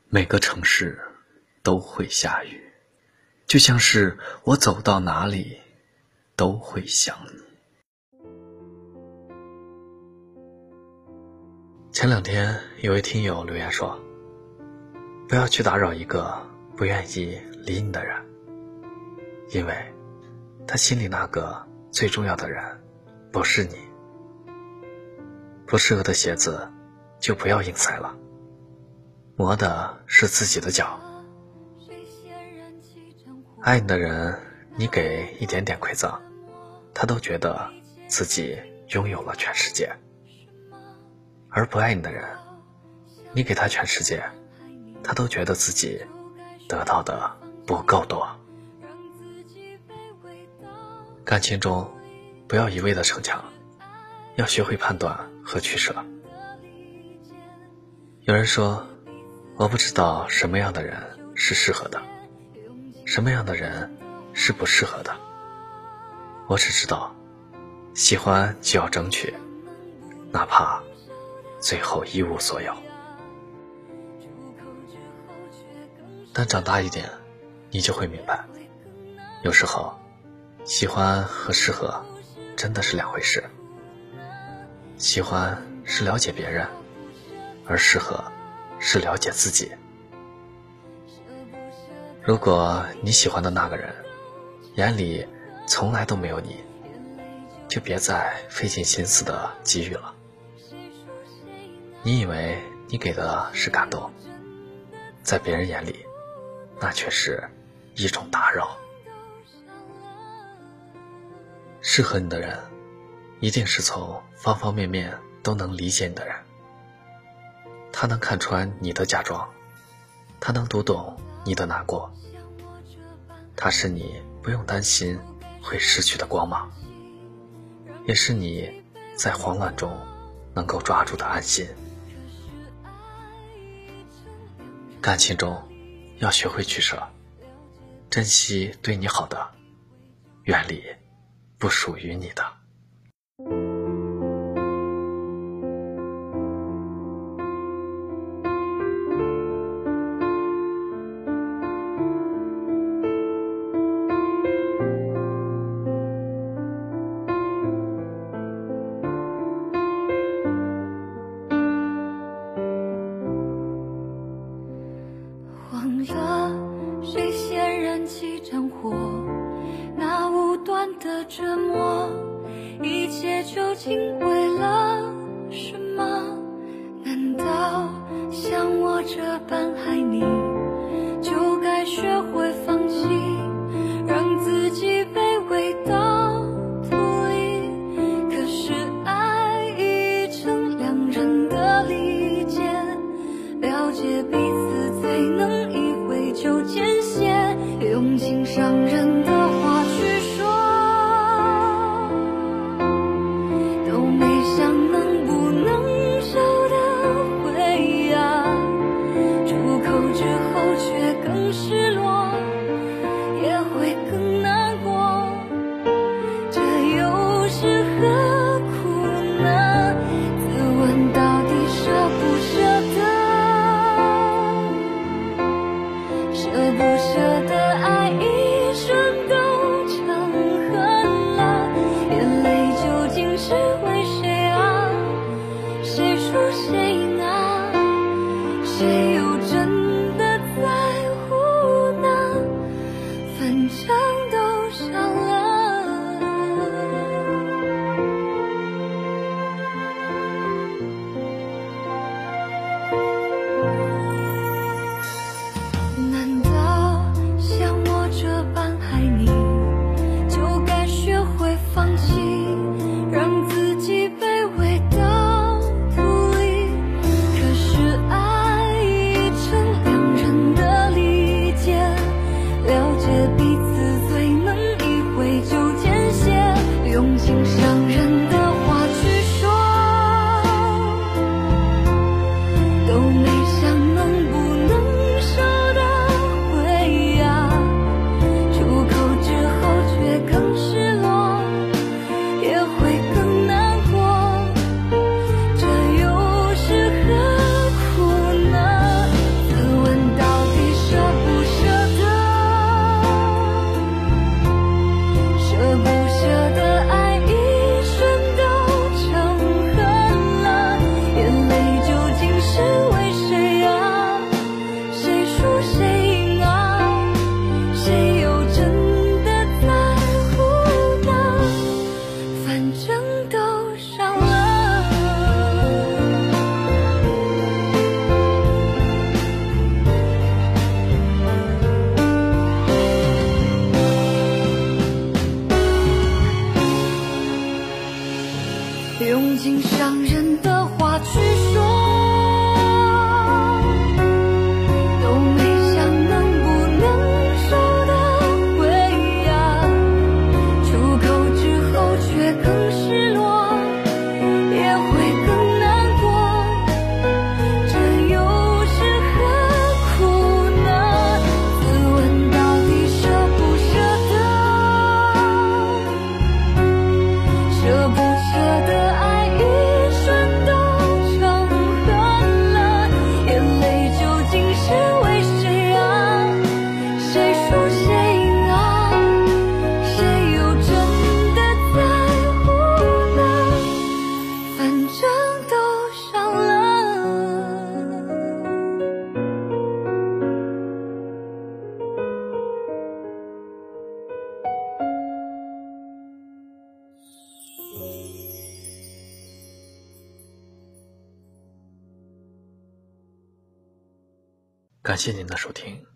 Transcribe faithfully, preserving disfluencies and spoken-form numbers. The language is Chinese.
每个城市都会下雨，就像是我走到哪里都会想你。前两天有位听友留言说，不要去打扰一个不愿意理你的人，因为他心里那个最重要的人不是你。不适合的鞋子就不要硬塞了，磨的是自己的脚。爱你的人，你给一点点馈赠，他都觉得自己拥有了全世界。而不爱你的人，你给他全世界，他都觉得自己得到的不够多。感情中不要一味的逞强，要学会判断和取舍。有人说，我不知道什么样的人是适合的，什么样的人是不适合的，我只知道喜欢就要争取，哪怕最后一无所有。但长大一点，你就会明白，有时候喜欢和适合真的是两回事。喜欢是了解别人，而适合是了解自己。如果你喜欢的那个人眼里从来都没有你，就别再费尽心思的给予了。你以为你给的是感动，在别人眼里那却是一种打扰。适合你的人一定是从方方面面都能理解你的人，他能看穿你的假装，他能读懂你的难过，他是你不用担心会失去的光芒，也是你在慌乱中能够抓住的安心。感情中要学会取舍，珍惜对你好的，远离不属于你的。 忘了谁先燃起战火，那无端的折磨，一切究竟为了什么？难道像我这般爱你，就该学会放弃，让自己卑微到土里？可是爱已成两人的利剑，了解彼此才能一挥就见血，用尽伤人的话去说，都没想能不能收得回啊，出口之后却更失落，也会更难过，这又是何苦呢？自问到底舍不舍得， 感谢您的收听。